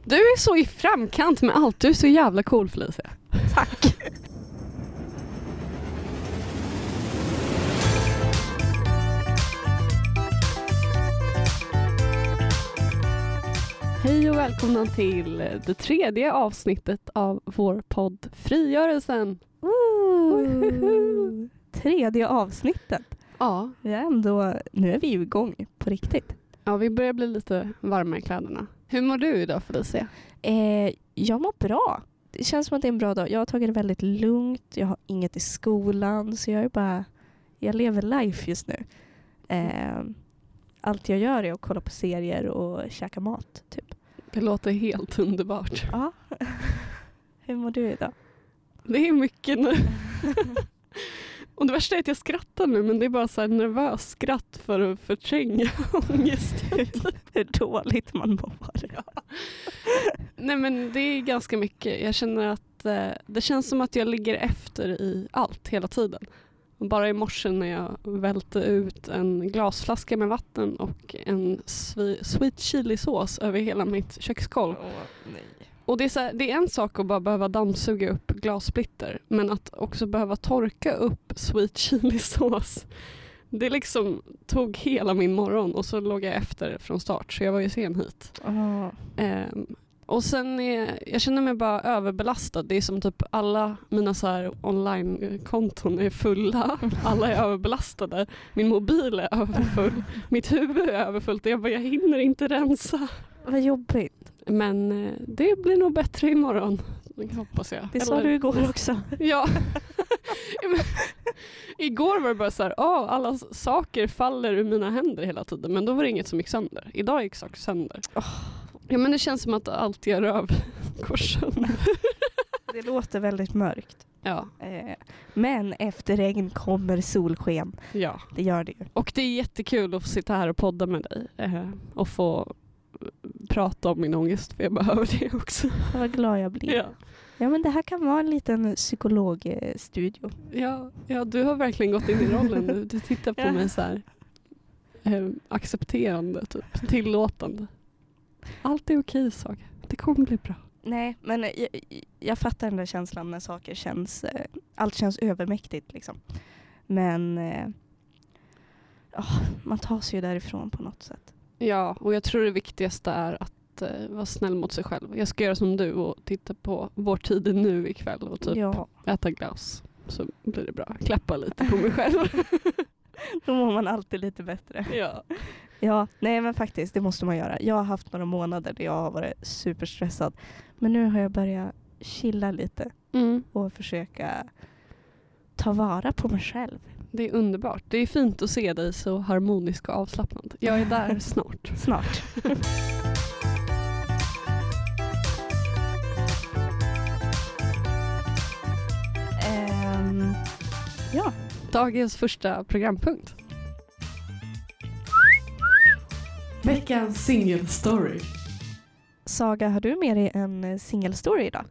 Du är så i framkant med allt. Du är så jävla cool, Felicia. Tack. Hej och välkomna till det 3:e avsnittet av vår podd Frigörelsen. Woho! 3:e avsnittet. Ja. Nu är vi ju igång på riktigt. Ja, vi börjar bli lite varma i kläderna. Hur mår du idag, Felicia? Jag mår bra. Det känns som att det är en bra dag. Jag har tagit det väldigt lugnt. Jag har inget i skolan. Så jag lever life just nu. Allt jag gör är att kolla på serier och käka mat, typ. Det låter helt underbart. Ja. Hur mår du idag? Det är mycket nu. Och det värsta är att jag skrattar nu, men det är bara så här nervös skratt för att förtränga ångest. Hur dåligt man mår. Ja. Nej, men det är ganska mycket. Jag känner att det känns som att jag ligger efter i allt hela tiden. Och bara i morse när jag välte ut en glasflaska med vatten och en sweet chili-sås över hela mitt köksgolv. Nej. Och det är, så här, det är en sak att bara behöva dammsuga upp glassplitter, men att också behöva torka upp sweet chili-sås. Det liksom tog hela min morgon och så låg jag efter från start, så jag var ju sen hit. Och sen jag känner mig bara överbelastad. Det är som typ alla mina så här online-konton är fulla. Alla är överbelastade. Min mobil är överfull. Mitt huvud är överfullt. Jag hinner inte rensa. Vad jobbigt. Men det blir nog bättre imorgon, hoppas jag. Det sa du igår också. Ja. Igår var det bara så här, alla saker faller ur mina händer hela tiden. Men då var det inget som gick sönder. Idag gick saker sönder. Ja, men det känns som att allt jag rör går sönder. Det låter väldigt mörkt. Ja. Men efter regn kommer solsken. Ja. Det gör det ju. Och det är jättekul att få sitta här och podda med dig. Och få prata om min ångest, för jag behöver det också. Vad glad jag blir. Ja. Ja, men det här kan vara en liten psykologstudio. Ja, du har verkligen gått in i rollen nu. Du tittar på mig så här accepterande, typ, tillåtande. Allt är okej, Saga. Det kommer bli bra. Nej, men jag fattar den där känslan när saker allt känns övermäktigt liksom. Men man tar sig ju därifrån på något sätt. Ja, och jag tror det viktigaste är att vara snäll mot sig själv. Jag ska göra som du och titta på Vår tid är nu ikväll och typ äta glass. Så blir det bra. Klappa lite på mig själv. Då mår man alltid lite bättre. Ja. Ja, nej men faktiskt, det måste man göra. Jag har haft några månader där jag har varit superstressad. Men nu har jag börjat chilla lite. Och försöka ta vara på mig själv. Det är underbart. Det är fint att se dig så harmonisk och avslappnad. Jag är där snart. Snart. Ja. Dagens första programpunkt. Veckans single story. Saga, har du med dig en single story idag?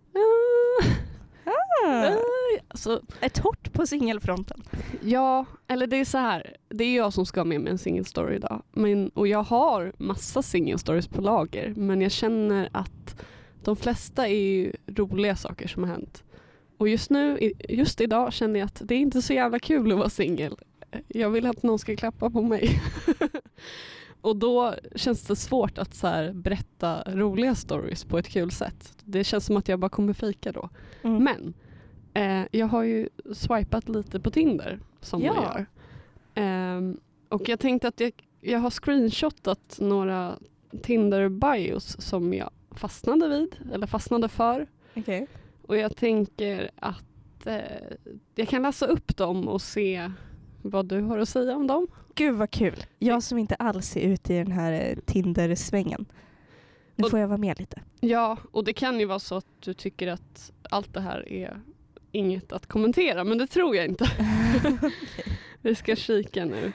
Alltså, ett hårt på singelfronten. Ja, eller det är så här. Det är jag som ska med mig en single story idag. Och jag har massa single stories på lager. Men jag känner att de flesta är ju roliga saker som har hänt. Och just idag känner jag att det är inte så jävla kul att vara singel. Jag vill att någon ska klappa på mig. Och då känns det svårt att så här berätta roliga stories på ett kul sätt. Det känns som att jag bara kommer fika då. Men jag har ju swipat lite på Tinder som man gör. Och jag tänkte att jag har screenshotat några Tinder-bios som jag fastnade för. Okay. Och jag tänker att jag kan läsa upp dem och se vad du har att säga om dem. Gud vad kul. Jag som inte alls är ute i den här Tinder-svängen. Nu får jag vara med lite. Ja, och det kan ju vara så att du tycker att allt det här är inget att kommentera, men det tror jag inte. Okay. Vi ska kika nu.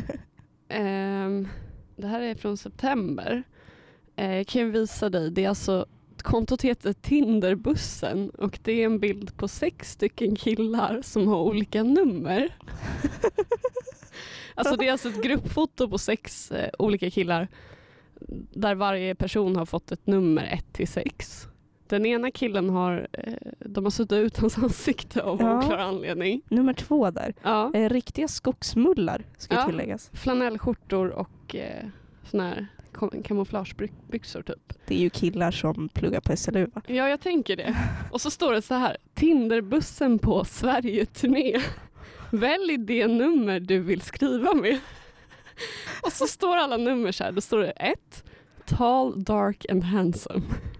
Det här är från september. Jag kan visa dig. Det är alltså, kontot heter Tinderbussen och det är en bild på 6 stycken killar som har olika nummer. Alltså det är alltså ett gruppfoto på 6 olika killar där varje person har fått ett nummer 1-6. Den ena killen de har suttit ut hans ansikte av oklar anledning. Nummer 2 där. Ja. Riktiga skogsmullar ska tilläggas. Flanellskjortor och såna här kamouflagebyxor typ. Det är ju killar som pluggar på SLU, va? Ja, jag tänker det. Och så står det så här: Tinderbussen på Sverige-turné. Välj det nummer du vill skriva med. Och så står alla nummer så här. Då står det 1. Tall, dark and handsome.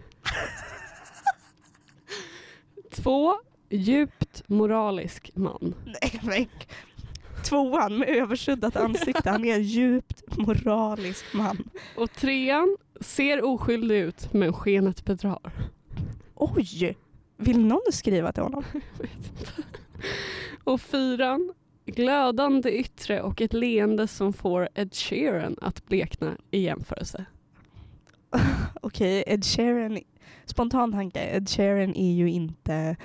2. Djupt moralisk man. Nej, men 2 med översuddat ansikte. Han är en djupt moralisk man. Och 3. Ser oskyldig ut men skenet bedrar. Oj! Vill någon skriva till honom? Jag vet inte. Och 4. Glödande yttre och ett leende som får Ed Sheeran att blekna i jämförelse. Okej, Ed Sheeran... Spontan tanke, Ed Sheeran är ju inte...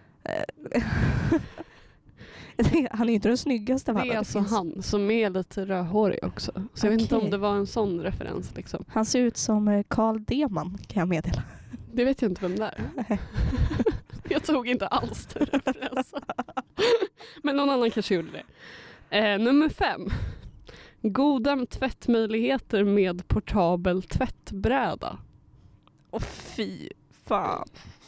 han är ju inte den snyggaste av alla. Det är alltså han som är lite rödhårig också. Så jag vet inte om det var en sån referens. Liksom. Han ser ut som Carl Deman, kan jag meddela. Det vet jag inte vem det är. Jag tog inte alls den referensen. Men någon annan kanske gjorde det. Nummer 5. Goda tvättmöjligheter med portabel tvättbräda. Och fy fan.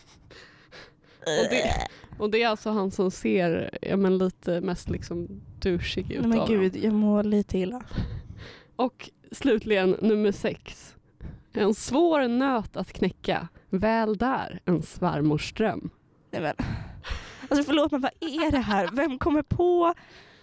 Och det är alltså han som ser lite mest liksom douchig ut. Men gud, jag mår lite illa. Och slutligen nummer 6. En svår nöt att knäcka. Väl där, en svärmorsdröm. Nej men. Alltså förlåt, men vad är det här? Vem kommer på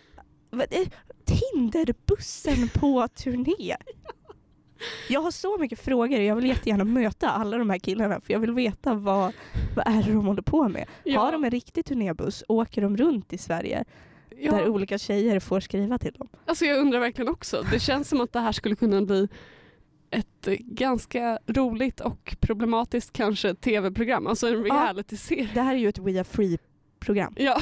Tinderbussen på turné? Jag har så mycket frågor och jag vill jättegärna möta alla de här killarna, för jag vill veta vad är det de håller på med. Ja. Har de en riktig turnébuss? Åker de runt i Sverige? Ja. Där olika tjejer får skriva till dem? Alltså jag undrar verkligen också. Det känns som att det här skulle kunna bli ett ganska roligt och problematiskt kanske tv-program. Alltså en reality-serie. Det här är ju ett We Are Free-program. Ja.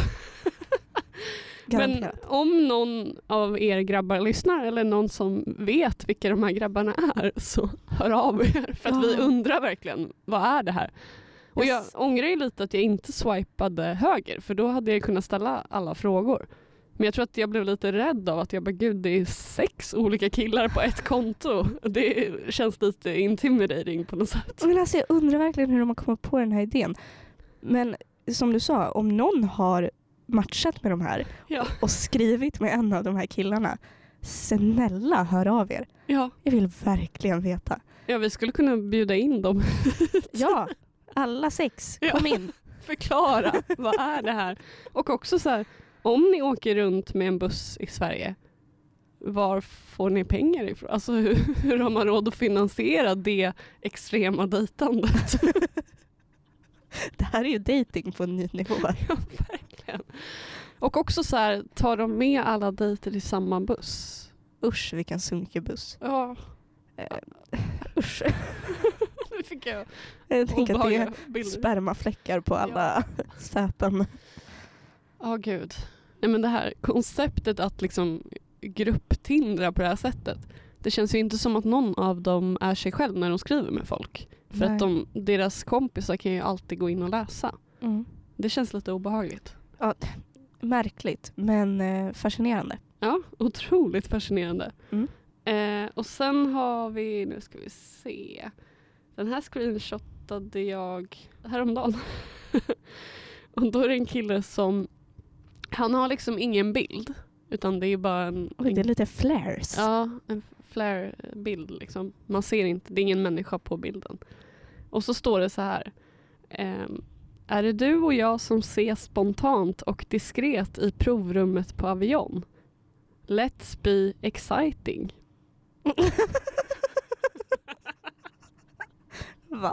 Men om någon av er grabbar lyssnar eller någon som vet vilka de här grabbarna är, så hör av er. För att vi undrar verkligen, vad är det här? Och jag ångrar ju lite att jag inte swipade höger, för då hade jag kunnat ställa alla frågor. Men jag tror att jag blev lite rädd av att jag bara, gud, det är 6 olika killar på ett konto. Det känns lite intimidating på något sätt. Men alltså, jag undrar verkligen hur de har kommit på den här idén. Men som du sa, om någon har matchat med de här och skrivit med en av de här killarna, snälla hör av er. Ja. Jag vill verkligen veta. Ja, vi skulle kunna bjuda in dem. Ja, alla 6. Kom in. Förklara, vad är det här? Och också så här, om ni åker runt med en buss i Sverige, var får ni pengar ifrån? Alltså hur har man råd att finansiera det extrema dejtandet? Det här är ju dating på en ny nivå. Ja, verkligen. Och också så här, tar de med alla dejter i samma buss? Usch, vilken sunkig buss. Ja. Usch. Nu fick jag tänker att det är spermafläckar på alla säten. Gud. Nej, men det här konceptet att liksom grupptindra på det här sättet, det känns ju inte som att någon av dem är sig själv när de skriver med folk. För att deras kompisar kan ju alltid gå in och läsa. Mm. Det känns lite obehagligt. Ja, märkligt, men fascinerande. Ja, otroligt fascinerande. Mm. Och sen har vi, nu ska vi se. Den här screenshotade jag häromdagen. Och då är det en kille som, han har liksom ingen bild, utan det är bara en... det är lite flares. Ja, en flare-bild liksom. Man ser inte, det är ingen människa på bilden. Och så står det så här: är det du och jag som ses spontant och diskret i provrummet på Avion? Let's be exciting. Va?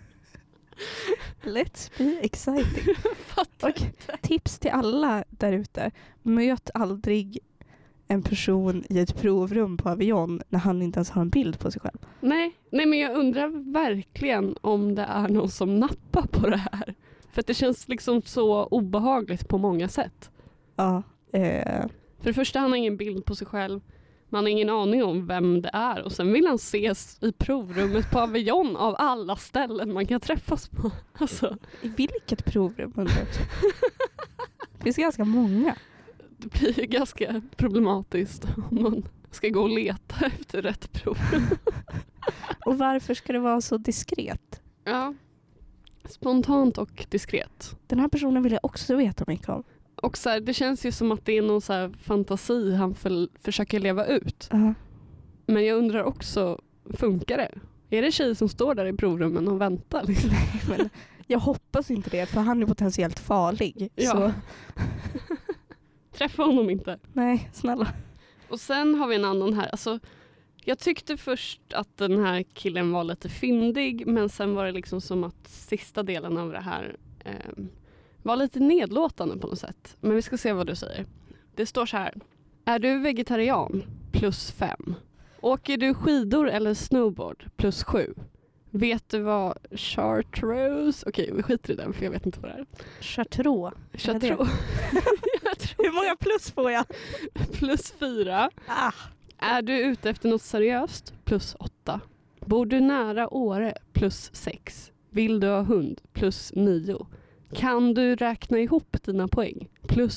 Let's be exciting. Och tips till alla där ute: möt aldrig en person i ett provrum på Avion när han inte ens har en bild på sig själv. Nej, men jag undrar verkligen om det är någon som nappar på det här. För att det känns liksom så obehagligt på många sätt. Ja. För det första, han har ingen bild på sig själv. Man har ingen aning om vem det är. Och sen vill han ses i provrummet på Avion av alla ställen man kan träffas på. Alltså. I vilket provrum? Det finns ganska många. Det blir ganska problematiskt om man ska gå och leta efter rätt provrum. Och varför ska det vara så diskret? Ja, spontant och diskret. Den här personen vill jag också veta mycket om. Och så här, det känns ju som att det är någon så här fantasi han försöker leva ut. Men jag undrar också, funkar det? Är det tjej som står där i provrummen och väntar? Liksom? Nej, men jag hoppas inte det, för han är potentiellt farlig. Ja. Så. Träffa honom inte. Nej, snälla. Och sen har vi en annan här. Alltså, jag tyckte först att den här killen var lite fyndig, men sen var det liksom som att sista delen av det här var lite nedlåtande på något sätt. Men vi ska se vad du säger. Det står så här. Är du vegetarian? +5. Åker du skidor eller snowboard? +7. Vet du vad chartreuse? Okej, vi skiter i den för jag vet inte vad det är. Chartreuse. Hur många plus får jag? +4. Är du ute efter något seriöst? +8. Bor du nära Åre? +6. Vill du ha hund? +9. Kan du räkna ihop dina poäng?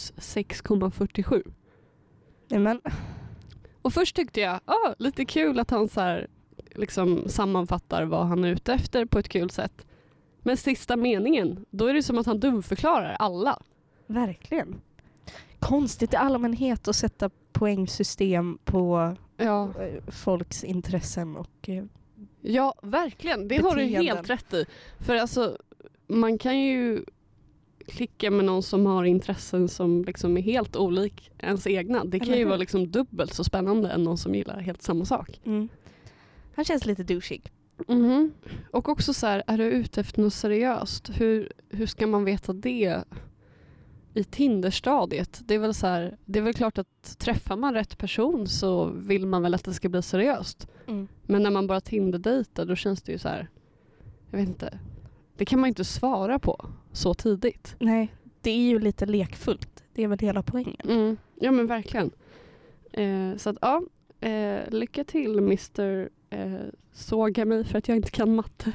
+6,47. Men. Och först tyckte jag, lite kul att han så här, liksom sammanfattar vad han är ute efter på ett kul sätt. Men sista meningen, då är det som att han dumförklarar alla. Verkligen. Konstigt i allmänhet att sätta poängsystem på folks intressen och ja, verkligen. Det har du helt rätt i. För alltså, man kan ju klicka med någon som har intressen som liksom är helt olik ens egna. Det kan ju vara liksom dubbelt så spännande än någon som gillar helt samma sak. Han känns lite douchig. Och också så här, är du ute efter något seriöst? Hur ska man veta det i Tinder-stadiet? Det är väl så här, det är väl klart att träffar man rätt person så vill man väl att det ska bli seriöst. Men när man bara Tinder-dejtar, då känns det ju så här, jag vet inte. Det kan man inte svara på så tidigt. Nej, det är ju lite lekfullt. Det är väl hela poängen. Ja, men verkligen. Så att ja, lycka till Mr. Såga mig för att jag inte kan matte.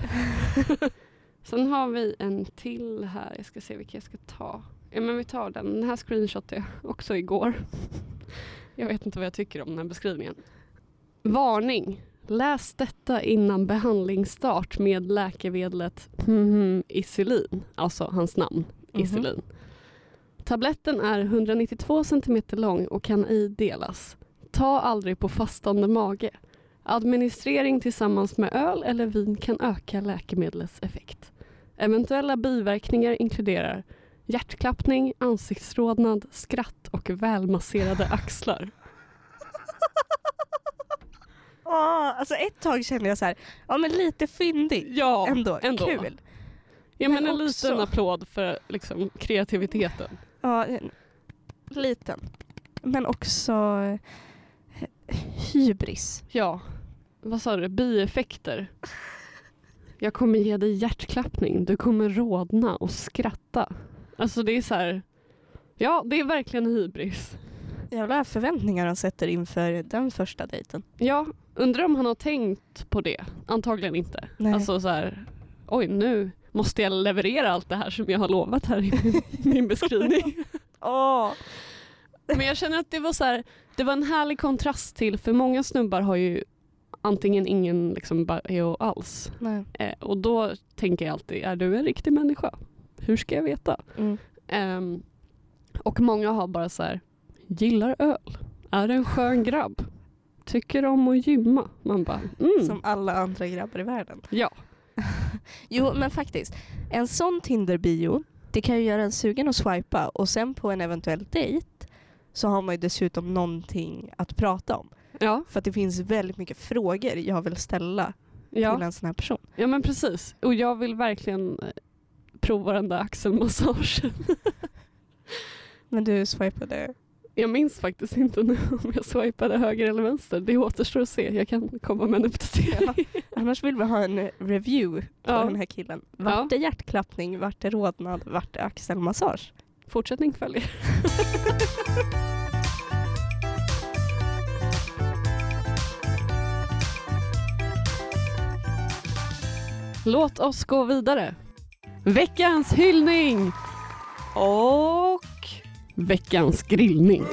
Sen har vi en till här. Jag ska se vilka jag ska ta. Ja, men vi tar den. Den här screenshotade jag också igår. Jag vet inte vad jag tycker om den här beskrivningen. Varning. Läs detta innan behandlingsstart med läkemedlet Isilin. Alltså hans namn, Isilin. Tabletten är 192 cm lång och kan ej delas. Ta aldrig på fastande mage. Administrering tillsammans med öl eller vin kan öka läkemedlets effekt. Eventuella biverkningar inkluderar hjärtklappning, ansiktsrodnad, skratt och välmasserade axlar. Alltså ett tag kände jag så här, men lite fyndig. Ja, ändå. Kul. Ja, men en också liten applåd för liksom kreativiteten. Ja, liten. Men också hybris. Ja, vad sa du? Bieffekter. Jag kommer ge dig hjärtklappning. Du kommer rodna och skratta. Alltså det är så här, ja, det är verkligen hybris. Jävla förväntningar han sätter inför den första dejten. Ja, undrar om han har tänkt på det. Antagligen inte. Nej. Alltså så här, oj, nu måste jag leverera allt det här som jag har lovat här i min beskrivning. Men jag känner att det var så här, det var en härlig kontrast till, för många snubbar har ju antingen ingen liksom bio alls. Och då tänker jag alltid, är du en riktig människa? Hur ska jag veta? Och många har bara så här, gillar öl, är en skön grabb, tycker om att gymma. Man bara, som alla andra grabbar i världen. Ja. Jo, men faktiskt, en sån Tinder-bio, det kan ju göra en sugen att swipa, och sen på en eventuell dejt så har man ju dessutom någonting att prata om. Ja. För att det finns väldigt mycket frågor jag vill ställa till en sån här person. Ja, men precis. Och jag vill verkligen prova den där axelmassagen. Men du swipade... Jag minns faktiskt inte nu om jag swipade höger eller vänster. Det återstår att se. Jag kan komma med en uppdatering. Ja. Annars vill vi ha en review på den här killen. Vart är hjärtklappning? Vart är rodnad? Vart är axelmassage? Fortsättning följer. Låt oss gå vidare. Veckans hyllning och veckans grillning.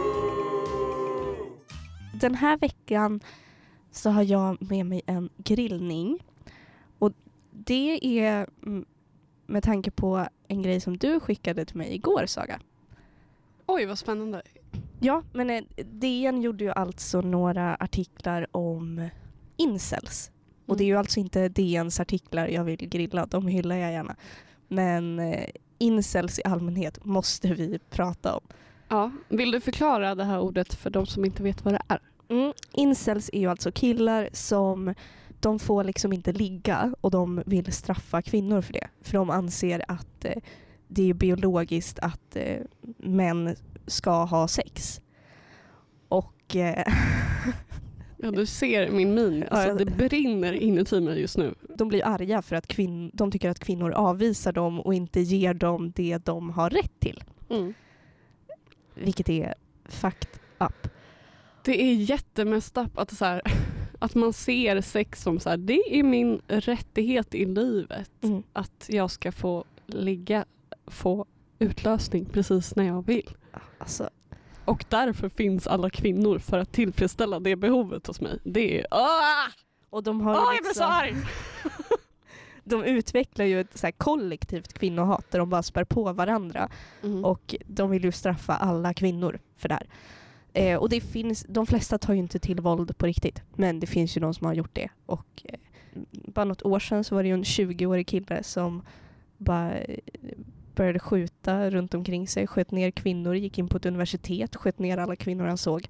Den här veckan så har jag med mig en grillning. Och det är med tanke på en grej som du skickade till mig igår, Saga. Oj, vad spännande. Ja, men DN gjorde ju alltså några artiklar om incels. Och det är ju alltså inte DNs artiklar jag vill grilla, de hyllar jag gärna. Men incels i allmänhet måste vi prata om. Ja, vill du förklara det här ordet för de som inte vet vad det är? Incels är ju alltså killar som de får liksom inte ligga och de vill straffa kvinnor för det. För de anser att det är biologiskt att män ska ha sex. Och... Ja, du ser min min. Alltså, det brinner inuti mig just nu. De blir arga för att de tycker att kvinnor avvisar dem och inte ger dem det de har rätt till. Vilket är fucked up. Det är jättemessed up att, så här, att man ser sex som så här, det är min rättighet i livet. Att jag ska få ligga, få utlösning precis när jag vill. Alltså. Och därför finns alla kvinnor för att tillfredsställa det behovet hos mig. Det är... Och de har jag blir så arg! De utvecklar ju ett så här kollektivt kvinnohat där de bara spär på varandra. Och de vill ju straffa alla kvinnor för det här. Och det finns, de flesta tar ju inte till våld på riktigt. Men det finns ju de som har gjort det. Och bara något år sedan så var det ju en 20-årig kille som bara började skjuta runt omkring sig. Sköt ner kvinnor, gick in på ett universitet, sköt ner alla kvinnor han såg.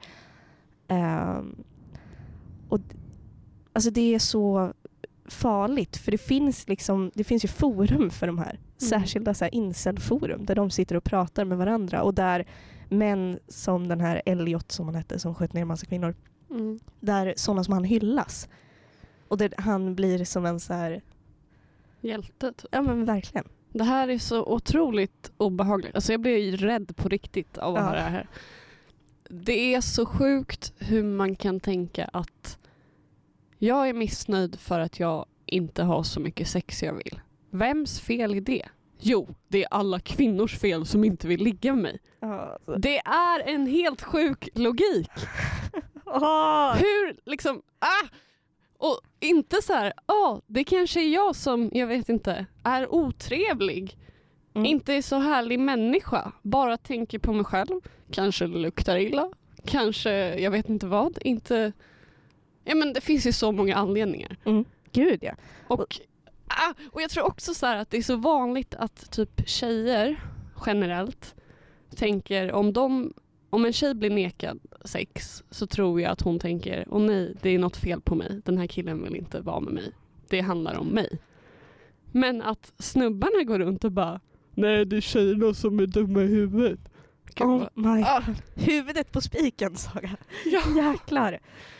Och alltså det är så farligt. För det finns ju forum för de här. Särskilda så här incel-forum där de sitter och pratar med varandra. Och där män som den här Elliot som han hette som sköt ner en massa kvinnor. Där sådana som han hyllas. Och där han blir som en så här... hjälte typ. Ja men verkligen. Det här är så otroligt obehagligt. Alltså jag blir rädd på riktigt av att höra det här. Det är så sjukt hur man kan tänka att jag är missnöjd för att jag inte har så mycket sex jag vill. Vems fel är det? Jo, det är alla kvinnors fel som inte vill ligga med mig. Det är en helt sjuk logik. Hur liksom... Och inte så här, det kanske är jag som, jag vet inte, är otrevlig. Inte är så härlig människa. Bara tänker på mig själv. Kanske luktar illa. Kanske, jag vet inte vad. Inte... Ja men det finns ju så många anledningar. Gud ja. Och jag tror också så här att det är så vanligt att typ tjejer generellt tänker om en tjej blir nekad sex så tror jag att hon tänker nej, det är något fel på mig. Den här killen vill inte vara med mig. Det handlar om mig. Men att snubbarna går runt och bara nej, det är tjejerna som är dumma i huvudet. Huvudet på spiken, Saga. Ja. Jäklar.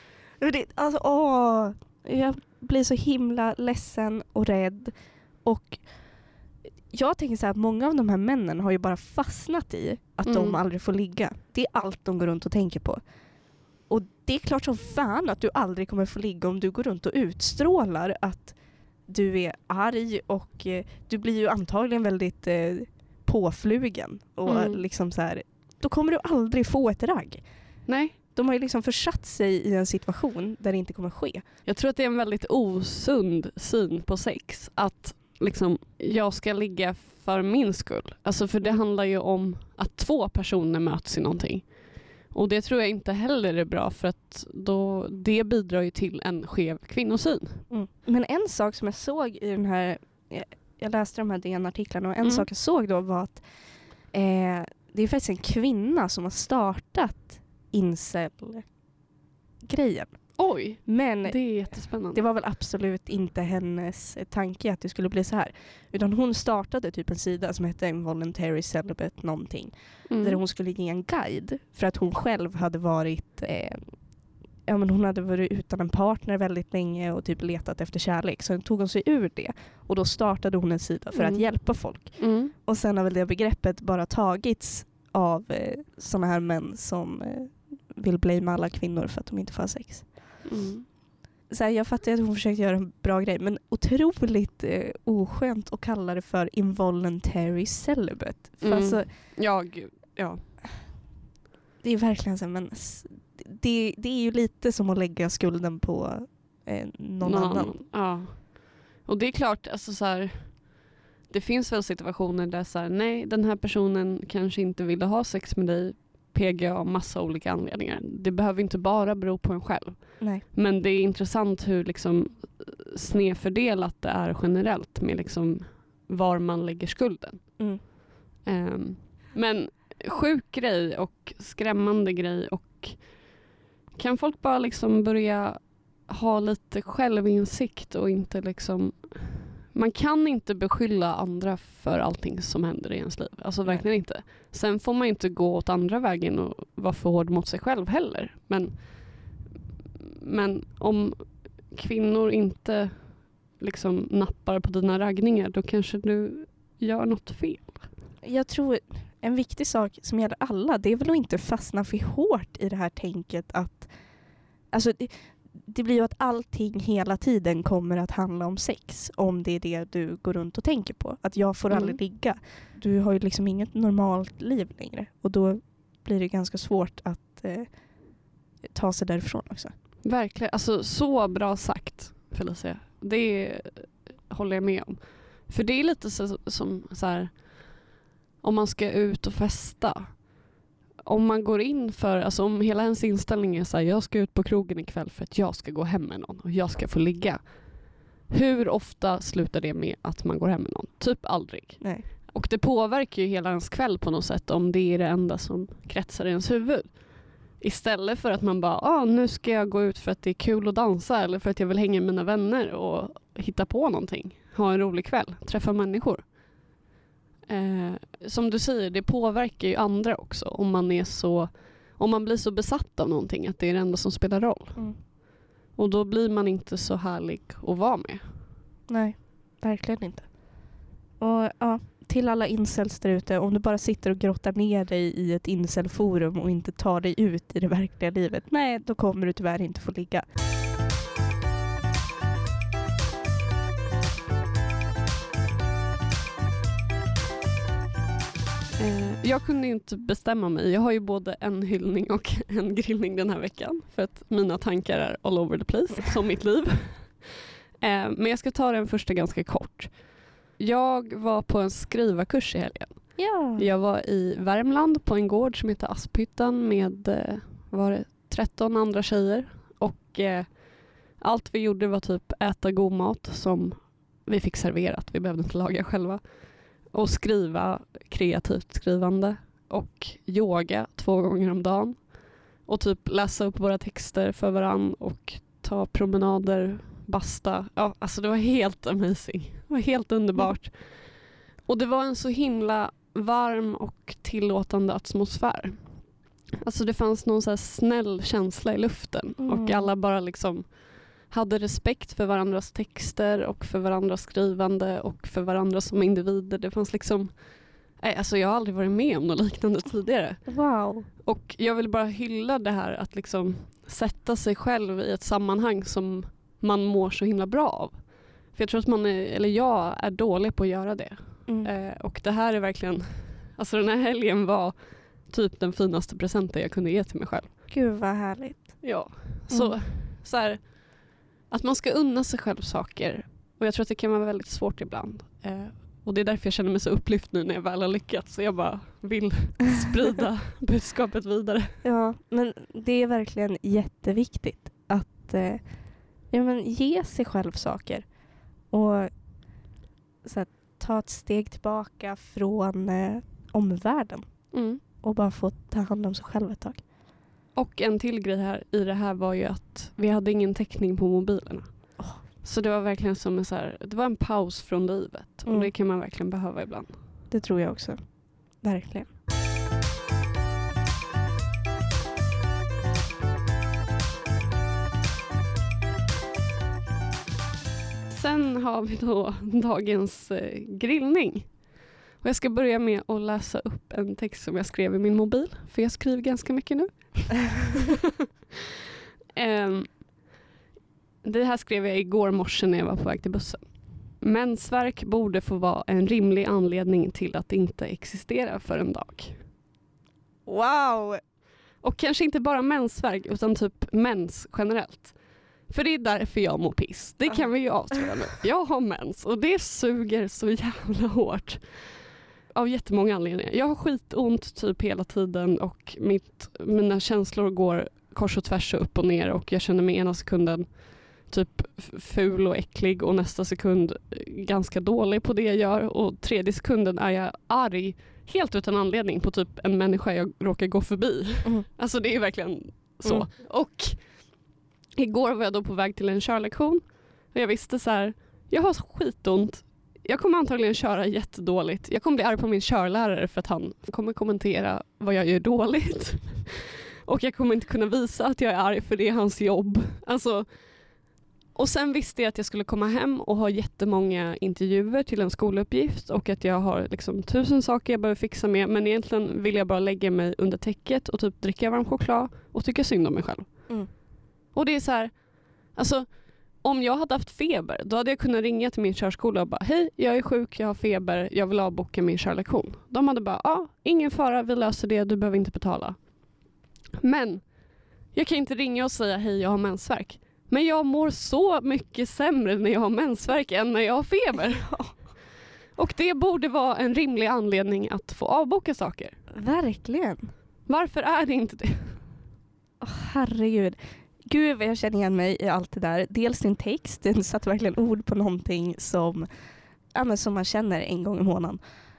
Jag blir så himla ledsen och rädd. Och jag tänker så här, många av de här männen har ju bara fastnat i att de aldrig får ligga. Det är allt de går runt och tänker på. Och det är klart som fan att du aldrig kommer få ligga om du går runt och utstrålar att du är arg och du blir ju antagligen väldigt påflugen. Och liksom så här, då kommer du aldrig få ett ragg. Nej. De har ju liksom försatt sig i en situation där det inte kommer ske. Jag tror att det är en väldigt osund syn på sex. Att liksom, jag ska ligga för min skull. Alltså för det handlar ju om att två personer möts i någonting. Och det tror jag inte heller är bra för att det bidrar ju till en skev kvinnosyn. Men en sak som jag såg i den här, jag läste de här DN-artiklarna och en sak jag såg då var att det är faktiskt en kvinna som har startat incel-grejen. Oj, men det är jättespännande. Det var väl absolut inte hennes tanke att det skulle bli så här. Utan hon startade typ en sida som hette Involuntary Celibate någonting. Där hon skulle ge en guide. För att hon själv hade varit hon hade varit utan en partner väldigt länge och typ letat efter kärlek. Så tog hon sig ur det. Och då startade hon en sida för att hjälpa folk. Och sen har väl det begreppet bara tagits av såna här män som vill blamea alla kvinnor för att de inte får sex. så här, jag fattar att hon försökte göra en bra grej, men otroligt oskönt att kalla det för involuntary celibate. För alltså, ja, gud. Ja. Det är verkligen så, men det är ju lite som att lägga skulden på någon annan. Ja. Och det är klart, alltså så här, det finns väl situationer där så här, nej, den här personen kanske inte ville ha sex med dig, PGA av massa olika anledningar. Det behöver inte bara bero på en själv. Nej. Men det är intressant hur liksom snedfördelat det är generellt med liksom var man lägger skulden. Men sjuk grej och skrämmande grej, och kan folk bara liksom börja ha lite självinsikt och inte liksom, man kan inte beskylla andra för allting som händer i ens liv. Alltså verkligen inte. Sen får man inte gå åt andra vägen och vara för hård mot sig själv heller. Men om kvinnor inte liksom nappar på dina raggningar, då kanske du gör något fel. Jag tror en viktig sak som gäller alla, det är väl att inte fastna för hårt i det här tänket att alltså det blir ju att allting hela tiden kommer att handla om sex, om det är det du går runt och tänker på. Att jag får aldrig ligga. Du har ju liksom inget normalt liv längre. Och då blir det ganska svårt att ta sig därifrån också. Verkligen. Alltså så bra sagt, Felicia. Det håller jag med om. För det är lite som så här, om man ska ut och festa. Om man går in för, alltså om hela ens inställning är så här, jag ska ut på krogen ikväll för att jag ska gå hem med någon och jag ska få ligga. Hur ofta slutar det med att man går hem med någon? Typ aldrig. Nej. Och det påverkar ju hela ens kväll på något sätt om det är det enda som kretsar i ens huvud. Istället för att man bara, nu ska jag gå ut för att det är kul att dansa eller för att jag vill hänga med mina vänner och hitta på någonting. Ha en rolig kväll, träffa människor. Som du säger, det påverkar ju andra också om man blir så besatt av någonting att det är det enda som spelar roll. Och då blir man inte så härlig att vara med. Nej, verkligen inte. Och ja, till alla incels där ute, om du bara sitter och grottar ner dig i ett incelforum och inte tar dig ut i det verkliga livet, nej, då kommer du tyvärr inte få ligga. Jag kunde inte bestämma mig. Jag har ju både en hyllning och en grillning den här veckan. För att mina tankar är all over the place, som mitt liv. Men jag ska ta den första ganska kort. Jag var på en skrivarkurs i helgen. Ja. Jag var i Värmland på en gård som heter Asphyttan med 13 andra tjejer. Och allt vi gjorde var typ äta god mat som vi fick serverat. Vi behövde inte laga själva. Och skriva kreativt skrivande. Och yoga 2 gånger om dagen. Och typ läsa upp våra texter för varann. Och ta promenader, basta. Ja, alltså det var helt amazing. Det var helt underbart. Och det var en så himla varm och tillåtande atmosfär. Alltså det fanns någon så här snäll känsla i luften. Och alla bara liksom hade respekt för varandras texter och för varandras skrivande och för varandra som individer. Det fanns liksom, alltså jag har aldrig varit med om något liknande tidigare. Wow. Och jag vill bara hylla det här att liksom sätta sig själv i ett sammanhang som man mår så himla bra av. För jag tror att jag är dålig på att göra det. Och det här är verkligen, alltså den här helgen var typ den finaste presenten jag kunde ge till mig själv. Gud vad härligt. Ja, så här, att man ska unna sig själv saker. Och jag tror att det kan vara väldigt svårt ibland. Och det är därför jag känner mig så upplyft nu när jag väl har lyckats. Så jag bara vill sprida budskapet vidare. Ja, men det är verkligen jätteviktigt att ge sig själv saker. Och så här, ta ett steg tillbaka från omvärlden. Och bara få ta hand om sig själv ett tag. Och en till grej här i det här var ju att vi hade ingen täckning på mobilerna. Så det var verkligen som det var en paus från livet. Och det kan man verkligen behöva ibland. Det tror jag också. Verkligen. Sen har vi då dagens grillning. Och jag ska börja med att läsa upp en text som jag skrev i min mobil. För jag skriver ganska mycket nu. Det här skrev jag igår morse när jag var på väg till bussen. Mensvärk borde få vara en rimlig anledning till att det inte existerar för en dag. Wow! Och kanske inte bara mensvärk utan typ mens generellt. För det är därför jag mår piss. Det kan vi ju avslöja nu. Jag har mens och det suger så jävla hårt. Av jättemånga anledningar. Jag har skitont typ hela tiden och mina känslor går kors och tvärs och upp och ner och jag känner mig ena sekunden typ ful och äcklig och nästa sekund ganska dålig på det jag gör och tredje sekunden är jag arg helt utan anledning på typ en människa jag råkar gå förbi. Alltså det är verkligen så. Och igår var jag då på väg till en körlektion och jag visste så här, jag har skitont. Jag kommer antagligen köra jättedåligt. Jag kommer bli arg på min körlärare för att han kommer kommentera vad jag gör dåligt. Och jag kommer inte kunna visa att jag är arg för det är hans jobb. Alltså, och sen visste jag att jag skulle komma hem och ha jättemånga intervjuer till en skoluppgift och att jag har liksom 1000 saker jag behöver fixa med. Men egentligen vill jag bara lägga mig under täcket och typ dricka varm choklad och tycka synd om mig själv. Och det är så här, alltså om jag hade haft feber, då hade jag kunnat ringa till min körskola och bara hej, jag är sjuk, jag har feber, jag vill avboka min körlektion. De hade bara, ingen fara, vi löser det, du behöver inte betala. Men jag kan inte ringa och säga hej, jag har mensvärk. Men jag mår så mycket sämre när jag har mensvärk än när jag har feber. Och det borde vara en rimlig anledning att få avboka saker. Verkligen. Varför är det inte det? Herregud. Gud vad jag känner igen mig i allt det där. Dels din text, den satt verkligen ord på någonting som man känner en gång i månaden.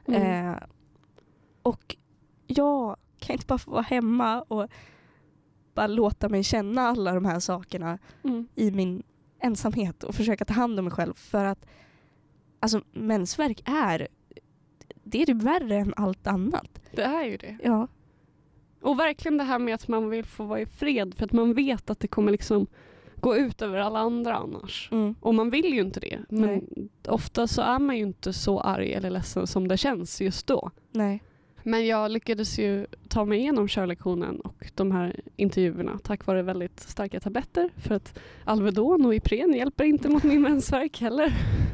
Och jag kan inte bara få vara hemma och bara låta mig känna alla de här sakerna i min ensamhet och försöka ta hand om mig själv. För att alltså, mensvärk det är värre än allt annat. Det är ju det. Ja. Och verkligen det här med att man vill få vara i fred för att man vet att det kommer liksom gå ut över alla andra annars. Och man vill ju inte det. Men ofta så är man ju inte så arg eller ledsen som det känns just då. Nej. Men jag lyckades ju ta mig igenom körlektionen och de här intervjuerna tack vare väldigt starka tabletter. För att Alvedon och Ipren hjälper inte mot min mensvärk heller.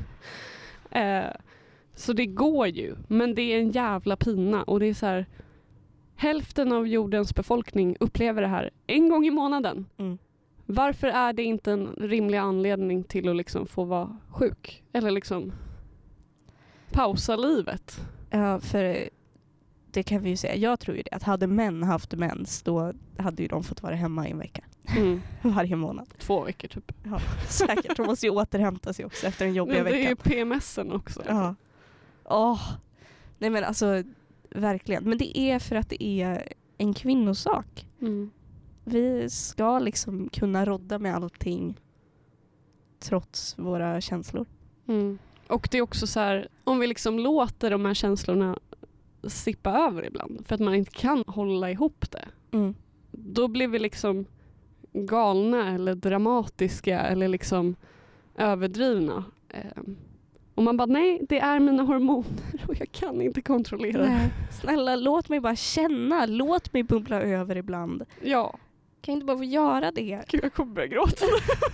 Så det går ju. Men det är en jävla pina. Och det är så här, hälften av jordens befolkning upplever det här en gång i månaden. Varför är det inte en rimlig anledning till att liksom få vara sjuk? Eller liksom pausa livet? Ja, för det kan vi ju säga. Jag tror ju det. Att hade män haft mens, då hade ju de fått vara hemma i en vecka. Varje månad. 2 veckor typ. Ja, säkert. De måste ju återhämta sig också efter en jobbiga vecka. Det är ju PMSen också. Ja. Nej men alltså, verkligen. Men det är för att det är en kvinnosak. Vi ska liksom kunna rodda med allting trots våra känslor. Och det är också så här, om vi liksom låter de här känslorna sippa över ibland för att man inte kan hålla ihop det. Då blir vi liksom galna eller dramatiska eller liksom överdrivna. Och man bara, nej, det är mina hormoner och jag kan inte kontrollera det. Snälla, låt mig bara känna. Låt mig bubbla över ibland. Ja. Kan jag inte bara få göra det? Gud, jag kommer börja gråta.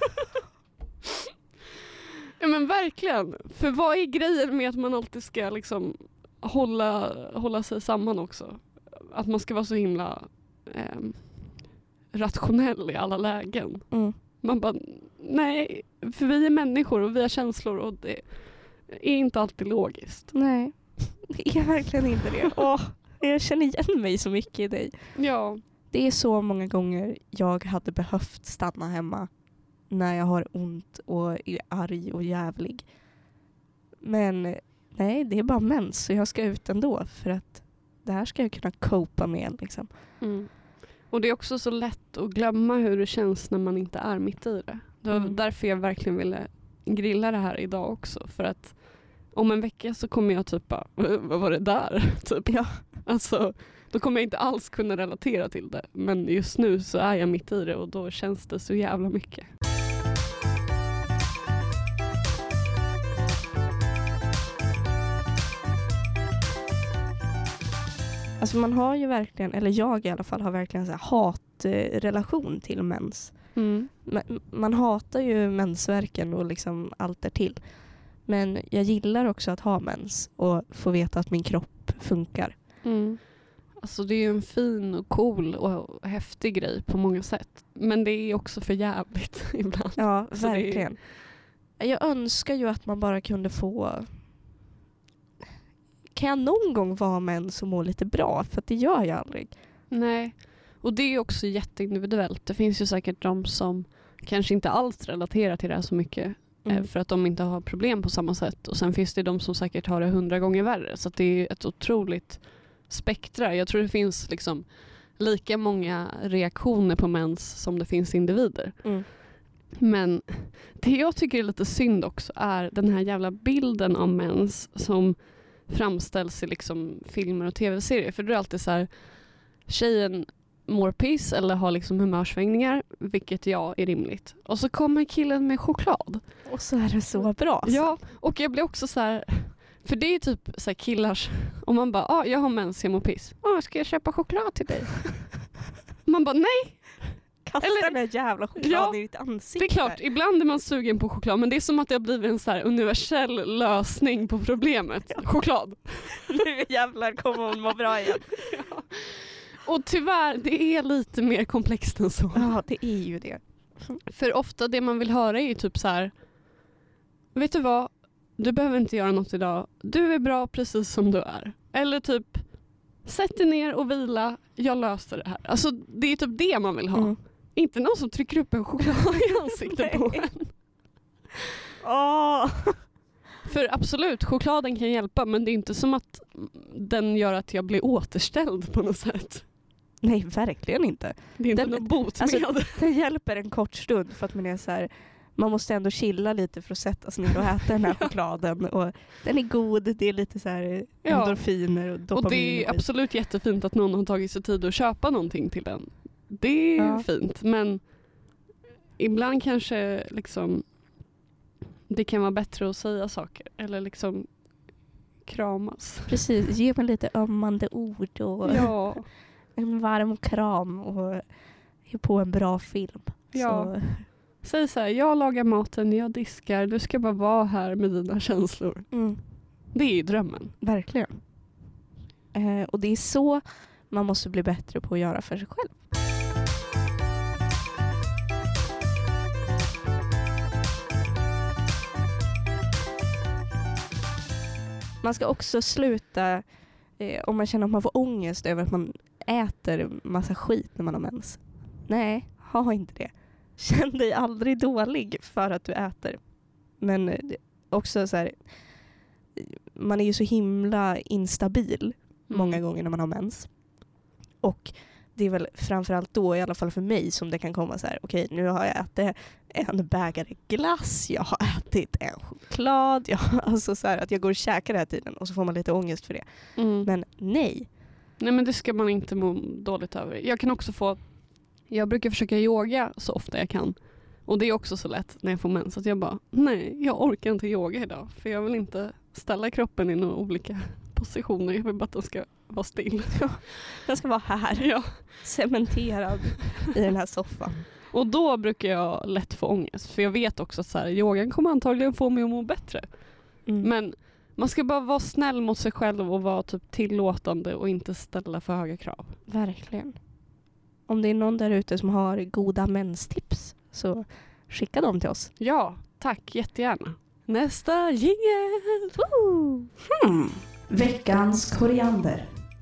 Ja men verkligen. För vad är grejen med att man alltid ska liksom hålla sig samman också? Att man ska vara så himla rationell i alla lägen. Man bara, nej, för vi är människor och vi har känslor och det är inte alltid logiskt. Nej, det är verkligen inte det. Jag känner igen mig så mycket i dig. Ja. Det är så många gånger jag hade behövt stanna hemma när jag har ont och är arg och jävlig. Men nej, det är bara mens så jag ska ut ändå för att det här ska jag kunna copa med liksom. Och det är också så lätt att glömma hur det känns när man inte är mitt i det. Det var därför jag verkligen ville grilla det här idag också. För att om en vecka så kommer jag typ bara, vad var det där? Typ. Ja. Alltså, då kommer jag inte alls kunna relatera till det. Men just nu så är jag mitt i det och då känns det så jävla mycket. Alltså man har ju verkligen, eller jag i alla fall har verkligen så här hatrelation till mens. Man hatar ju mensvärken och liksom allt därtill. Men jag gillar också att ha mens och få veta att min kropp funkar. Alltså det är ju en fin och cool och häftig grej på många sätt. Men det är också för jävligt ibland. Ja, verkligen. Jag önskar ju att man bara kunde få... Kan jag någon gång vara mens och må lite bra? För att det gör jag aldrig. Nej, och det är ju också jätteindividuellt. Det finns ju säkert de som kanske inte alls relaterar till det här så mycket. För att de inte har problem på samma sätt. Och sen finns det de som säkert har det 100 gånger värre. Så att det är ett otroligt spektra. Jag tror det finns liksom lika många reaktioner på mens som det finns individer. Men det jag tycker är lite synd också är den här jävla bilden av mens som framställs i liksom filmer och tv-serier. För det är alltid så här, tjejen mår piss eller har liksom humörsvängningar, vilket är rimligt. Och så kommer killen med choklad. Och så är det så bra. Så. Ja, och jag blir också så här, för det är typ så här killars, om man bara, jag har mens, jag mår piss. Ska jag köpa choklad till dig? Man bara, nej. Kasta den där jävla chokladen i ditt ansikte. Det är klart, ibland är man sugen på choklad, men det är som att det har blivit en så här universell lösning på problemet. Ja. Choklad. Nu jävlar kommer hon må bra igen. Ja. Och tyvärr, det är lite mer komplext än så. Ja, det är ju det. För ofta det man vill höra är ju typ så här, vet du vad? Du behöver inte göra något idag. Du är bra precis som du är. Eller typ, sätt dig ner och vila. Jag löser det här. Alltså det är typ det man vill ha. Inte någon som trycker upp en choklad i ansiktet på en. För absolut, chokladen kan hjälpa, men det är inte som att den gör att jag blir återställd på något sätt. Nej, verkligen inte. Det är inte något botemedel. Alltså, den hjälper en kort stund för att man är så här, man måste ändå chilla lite för att sätta sig ner och äta den här chokladen. Och den är god, det är lite så här endorfiner och dopamin. Och det är absolut jättefint att någon har tagit sig tid att köpa någonting till den. Det är fint, men ibland kanske liksom det kan vara bättre att säga saker eller liksom kramas. Precis, ge mig lite ömmande ord och en varm kram och ge på en bra film. Ja. Så. Säg så här, jag lagar maten, jag diskar, du ska bara vara här med dina känslor. Det är ju drömmen. Verkligen. Och det är så man måste bli bättre på att göra för sig själv. Man ska också sluta om man känner att man får ångest över att man äter massa skit när man har mens. Nej, ha inte det. Känn dig aldrig dålig för att du äter. Men också så här, man är ju så himla instabil många gånger när man har mens. Och det är väl framförallt då, i alla fall för mig, som det kan komma så här, okej, nu har jag ätit en bägare glass, jag har ätit en choklad, alltså så här, att jag går och käkar den här tiden och så får man lite ångest för det. Men nej. Nej, men det ska man inte må dåligt över. Jag brukar försöka yoga så ofta jag kan. Och det är också så lätt när jag får mens att jag bara, nej, jag orkar inte yoga idag. För jag vill inte ställa kroppen i några olika positioner. Jag vill bara att den ska vara still. Den ska vara här, cementerad i den här soffan. Och då brukar jag lätt få ångest. För jag vet också att så här, yogan kommer antagligen få mig att må bättre. Men man ska bara vara snäll mot sig själv och vara typ tillåtande och inte ställa för höga krav. Verkligen. Om det är någon där ute som har goda menstips så skicka dem till oss. Ja, tack, jättegärna. Nästa jingel! Veckans koriander.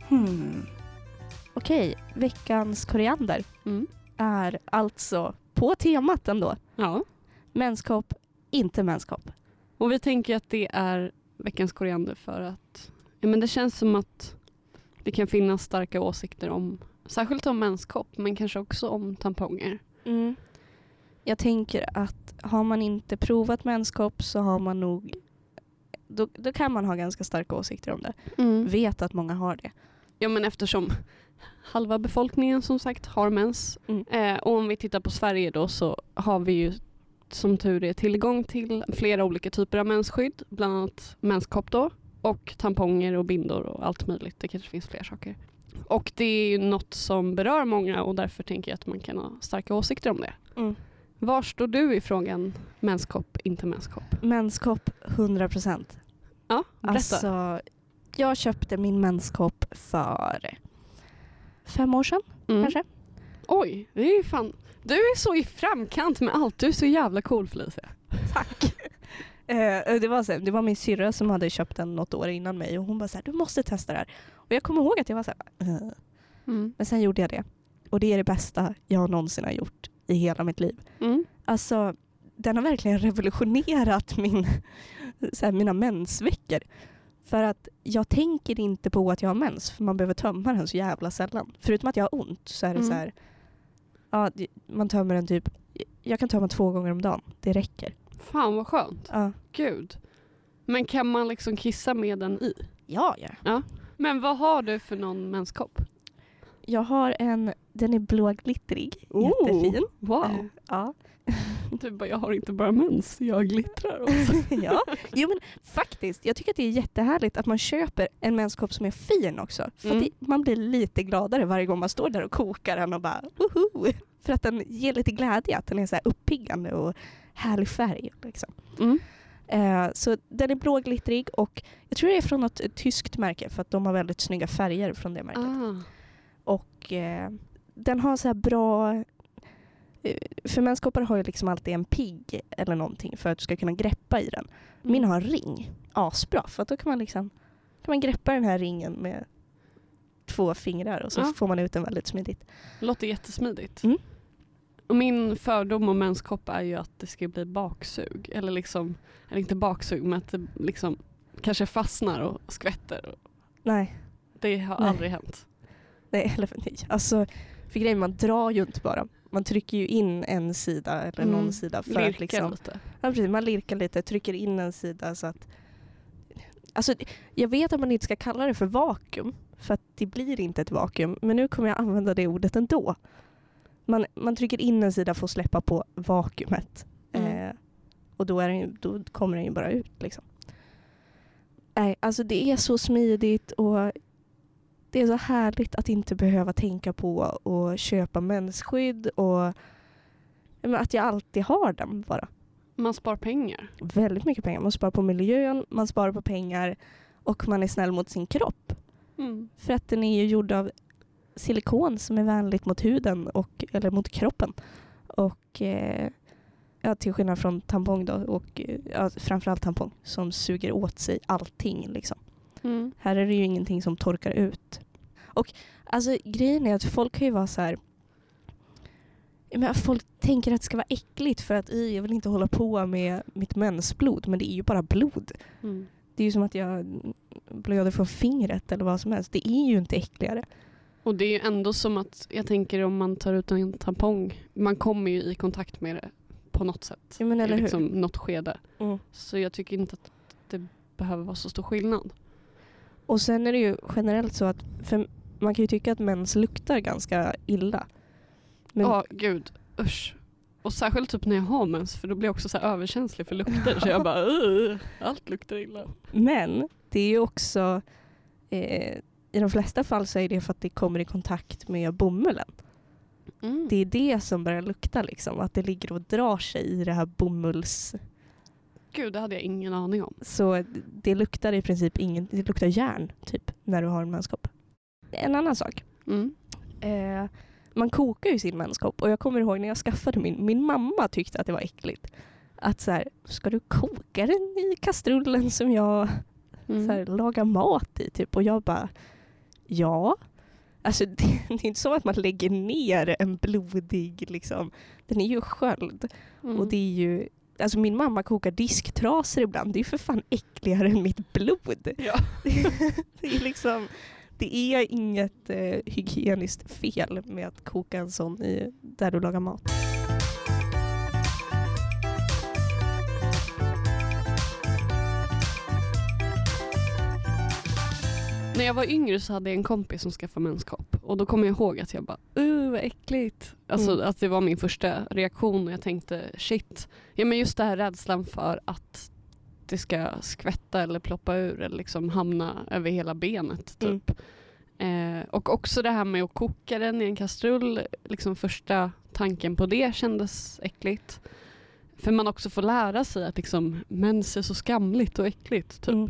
Okej, veckans koriander är alltså på temat ändå. Ja. Menskopp, inte menskopp. Och vi tänker att det är veckans koriander för att men det känns som att det kan finnas starka åsikter om, särskilt om menskopp, men kanske också om tamponger. Jag tänker att har man inte provat menskopp så har man nog då kan man ha ganska starka åsikter om det. Vet att många har det. Ja, men eftersom halva befolkningen som sagt har mens. Och om vi tittar på Sverige då så har vi ju som tur är tillgång till flera olika typer av mensskydd. Bland annat menskopp då. Och tamponger och bindor och allt möjligt. Det kanske finns fler saker. Och det är ju något som berör många och därför tänker jag att man kan ha starka åsikter om det. Var står du i frågan menskopp, inte menskopp? Menskopp 100%. Ja, berätta. Alltså, jag köpte min menskopp för 5 år sedan kanske. Oj, det är fan... Du är så i framkant med allt. Du är så jävla cool, Felicia. Tack. Det var min syrra som hade köpt den något år innan mig och hon bara så här, du måste testa det här. Och jag kommer ihåg att jag var så här, Men sen gjorde jag det. Och det är det bästa jag någonsin har gjort i hela mitt liv. Alltså, den har verkligen revolutionerat mina mensveckor. För att jag tänker inte på att jag har mens, för man behöver tömma den så jävla sällan. Förutom att jag har ont så är det så här, ja, man tömmer den typ, jag kan tömma 2 gånger om dagen. Det räcker. Fan vad skönt. Ja. Gud. Men kan man liksom kissa med den i? Ja. Men vad har du för någon menskopp? Jag har den är blåglittrig. Jättefin. Wow. Ja. Du bara, jag har inte bara mens, jag glittrar också. Ja, jo men faktiskt. Jag tycker att det är jättehärligt att man köper en menskopp som är fin också. För att man blir lite gladare varje gång man står där och kokar den och bara woho! För att den ger lite glädje, att den är så här uppiggande och härlig färg. Liksom. Så den är blåglittrig och jag tror det är från något tyskt märke för att de har väldigt snygga färger från det märket. Och den har så här bra... För menskoppar har ju liksom alltid en pigg eller någonting för att du ska kunna greppa i den. Min har en ring. Asbra, för att då kan man greppa den här ringen med 2 fingrar och så får man ut den väldigt smidigt. Det låter jättesmidigt. Och min fördom om menskopp är ju att det ska bli baksug. Eller inte baksug, men att det liksom kanske fastnar och skvätter. Nej. Det har aldrig hänt. Nej, alltså för grejen, man drar ju inte bara. Man trycker ju in en sida eller någon sida för lirkar att liksom... lite. Ja, precis. Man lirkar lite, trycker in en sida så att... Alltså, jag vet att man inte ska kalla det för vakuum. För att det blir inte ett vakuum. Men nu kommer jag använda det ordet ändå. Man trycker in en sida för att släppa på vakuumet. Och då kommer den ju bara ut liksom. Nej, alltså det är så smidigt och... Det är så härligt att inte behöva tänka på att köpa mensskydd och att jag alltid har dem bara. Man spar pengar. Väldigt mycket pengar. Man sparar på miljön, man sparar på pengar och man är snäll mot sin kropp. För att den är ju gjord av silikon som är vänligt mot huden eller mot kroppen. Och till skillnad från tampong då och framförallt tampong som suger åt sig allting liksom. Här är det ju ingenting som torkar ut. Och alltså grejen är att folk kan ju vara så här, men folk tänker att det ska vara äckligt för att jag vill inte hålla på med mitt mensblod, men det är ju bara blod. Det är ju som att jag blöder från fingret eller vad som helst. Det är ju inte äckligare. Och det är ju ändå som att, jag tänker om man tar ut en tampong, man kommer ju i kontakt med det på något sätt. Ja, men eller liksom något skede. Så jag tycker inte att det behöver vara så stor skillnad. Och sen är det ju generellt så att man kan ju tycka att mens luktar ganska illa. Ja, gud. Usch. Och särskilt typ när jag har mens, för då blir jag också så här överkänslig för lukter. Så jag bara, allt luktar illa. Men det är ju också, i de flesta fall så är det för att det kommer i kontakt med bomullen. Det är det som börjar lukta liksom. Att det ligger och drar sig i det här bomulls... Gud, det hade jag ingen aning om. Så det luktar i princip det luktar järn typ när du har en menskopp. En annan sak. Man kokar ju sin menskopp och jag kommer ihåg när jag skaffade min mamma tyckte att det var äckligt. Att så här, ska du koka den i kastrullen som jag så här, lagar mat i typ? Och jag bara, ja. Alltså det är inte så att man lägger ner en blodig liksom. Den är ju sköld. Och det är ju, alltså min mamma kokar disktrasor ibland. Det är ju för fan äckligare än mitt blod. Ja. Det är liksom, det är inget hygieniskt fel med att koka en sån där du lagar mat. När jag var yngre så hade jag en kompis som skaffade menskopp. Och då kommer jag ihåg att jag bara, vad äckligt. Alltså att det var min första reaktion och jag tänkte, shit. Ja, men just det här rädslan för att det ska skvätta eller ploppa ur eller liksom hamna över hela benet typ. Och också det här med att koka den i en kastrull, liksom första tanken på det kändes äckligt. För man också får lära sig att liksom, mens är så skamligt och äckligt. Typ.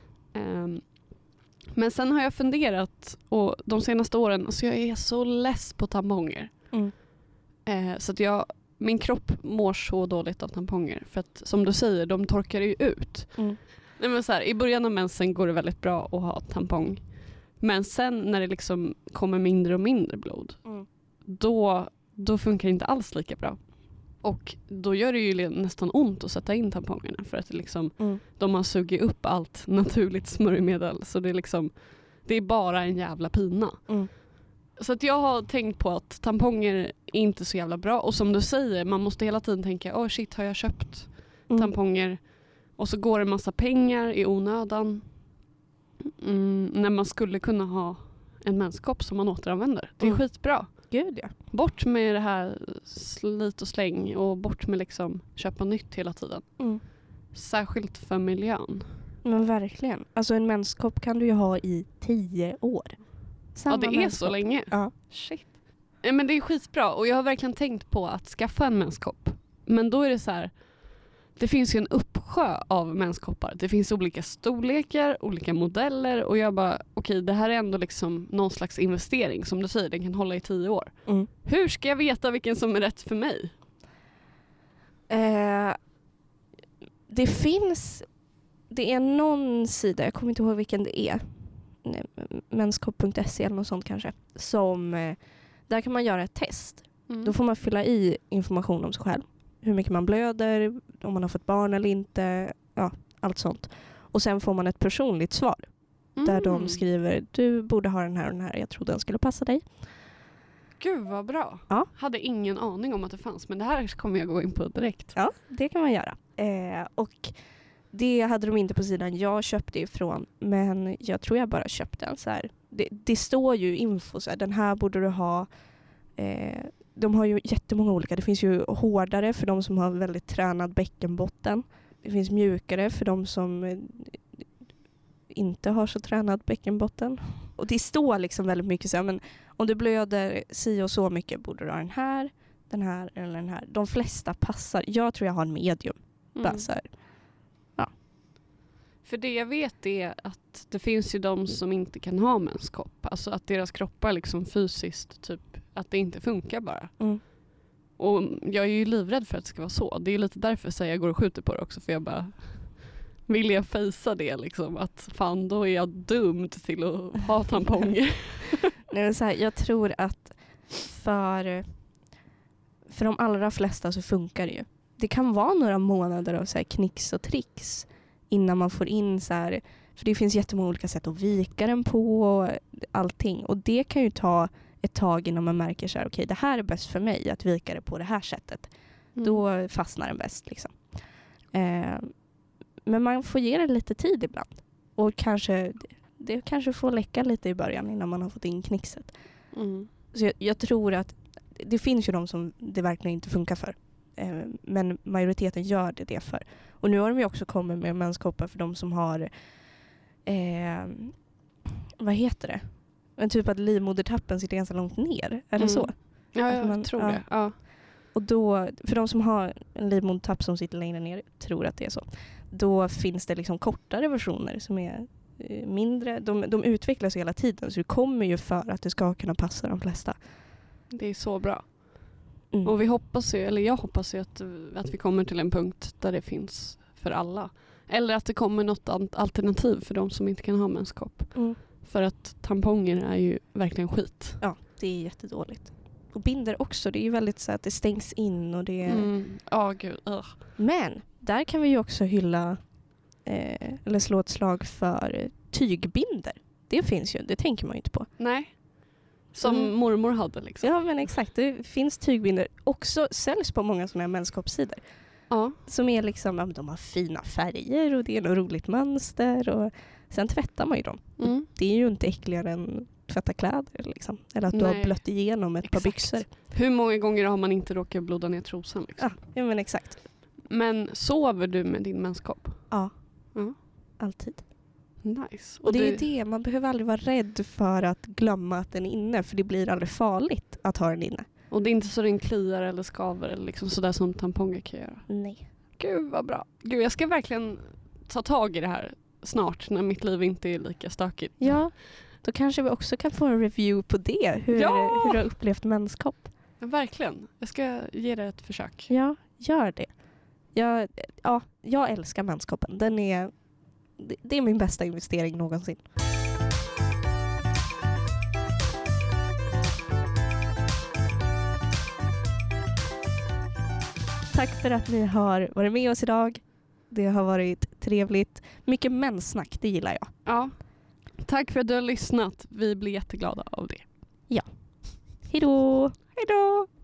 Men sen har jag funderat, och de senaste åren, alltså jag är så less på tamponger. Så att min kropp mår så dåligt av tamponger. För att som du säger, de torkar ju ut. Nej, men så här, i början av mensen går det väldigt bra att ha tampong. Men sen när det liksom kommer mindre och mindre blod, då funkar det inte alls lika bra. Och då gör det ju nästan ont att sätta in tampongerna. För att det liksom, de har sugit upp allt naturligt smörjmedel. Så det är liksom, det är bara en jävla pina. Så att jag har tänkt på att tamponger är inte så jävla bra. Och som du säger, man måste hela tiden tänka, shit, har jag köpt tamponger? Och så går det en massa pengar i onödan. När man skulle kunna ha en menskopp som man återanvänder. Det är skitbra. Gud, ja. Bort med det här slit och släng och bort med liksom köpa nytt hela tiden. Särskilt för miljön. Men verkligen. Alltså en menskopp kan du ju ha i 10 år. Ja, det är så länge. Ja. Shit. Men det är skitbra och jag har verkligen tänkt på att skaffa en menskopp. Men då är det så här, det finns ju en uppsjö av menskoppar. Det finns olika storlekar, olika modeller och jag bara, okej, det här är ändå liksom någon slags investering. Som du säger, den kan hålla i 10 år. Hur ska jag veta vilken som är rätt för mig? Det är någon sida, jag kommer inte ihåg vilken det är. Menskopp.se eller något sånt kanske. Där kan man göra ett test. Då får man fylla i information om sig själv. Hur mycket man blöder, om man har fått barn eller inte, ja, allt sånt. Och sen får man ett personligt svar. Där de skriver, du borde ha den här och den här, jag tror den skulle passa dig. Gud vad bra. Ja. Hade ingen aning om att det fanns, men det här kommer jag gå in på direkt. Ja, det kan man göra. Och det hade de inte på sidan jag köpte ifrån, men jag tror jag bara köpte den så här. Det står ju info så här, den här borde du ha. De har ju jättemånga olika. Det finns ju hårdare för de som har väldigt tränad bäckenbotten. Det finns mjukare för de som inte har så tränad bäckenbotten. Och det står liksom väldigt mycket så här, men om du blöder si och så mycket borde du ha den här eller den här. De flesta passar. Jag tror jag har en medium. Bara så här. Ja. För det jag vet är att det finns ju de som inte kan ha menskopp. Alltså att deras kroppar liksom fysiskt typ att det inte funkar bara. Och jag är ju livrädd för att det ska vara så. Det är lite därför så jag går och skjuter på det också. För jag bara vill jag fejsa det liksom. Att fan, då är jag dum till att ha tamponger. Nej, men så här, jag tror att för de allra flesta så funkar det ju. Det kan vara några månader av så här knix och tricks innan man får in så här. För det finns jättemånga olika sätt att vika den på och allting. Och det kan ju ta ett tag innan man märker så här, okej, det här är bäst för mig att vika det på det här sättet. Då fastnar den bäst liksom. Men man får ge det lite tid ibland. Och det kanske får läcka lite i början innan man har fått in knixet. Så jag tror att det finns ju de som det verkligen inte funkar för. Men majoriteten gör det för. Och nu har de ju också kommit med menskoppar för de som har vad heter det? En typ att livmodertappen sitter ganska långt ner. Är det så? Ja, jag tror det. Ja. Och då, för de som har en livmodertapp som sitter längre ner, tror att det är så. Då finns det liksom kortare versioner som är mindre. De utvecklas hela tiden. Så det kommer ju för att det ska kunna passa de flesta. Det är så bra. Och vi hoppas ju, eller jag hoppas ju att vi kommer till en punkt där det finns för alla. Eller att det kommer något alternativ för de som inte kan ha menskopp. För att tamponger är ju verkligen skit. Ja, det är jättedåligt. Och binder också, det är ju väldigt så att det stängs in och det är... Gud. Men där kan vi ju också hylla eller slå ett slag för tygbinder. Det finns ju, det tänker man ju inte på. Nej. Som mormor hade liksom. Ja, men exakt. Det finns tygbinder. Också säljs på många sådana här menskoppssidor. Ja. Som är liksom, de har fina färger och det är något roligt mönster. Och sen tvättar man ju dem. Det är ju inte äckligare än tvätta kläder liksom. Eller att du har blött igenom ett par byxor. Hur många gånger har man inte råkat blodda ner trosan liksom? Ja, men exakt. Men sover du med din menskopp? Ja. Alltid. Nice. Och det är det, man behöver aldrig vara rädd för att glömma att den är inne, för det blir aldrig farligt att ha den inne. Och det är inte så den kliar eller skaver eller liksom sådär som tamponger kan göra. Nej. Gud vad bra. Gud, jag ska verkligen ta tag i det här snart när mitt liv inte är lika stökigt. Ja, då kanske vi också kan få en review på det. Hur du har upplevt menskopp. Ja, verkligen. Jag ska ge det ett försök. Ja, gör det. Jag älskar menskoppen. Det är min bästa investering någonsin. Tack för att ni har varit med oss idag. Det har varit trevligt. Mycket menssnack, det gillar jag. Ja. Tack för att du har lyssnat. Vi blir jätteglada av det. Ja. Hej då! Hej då!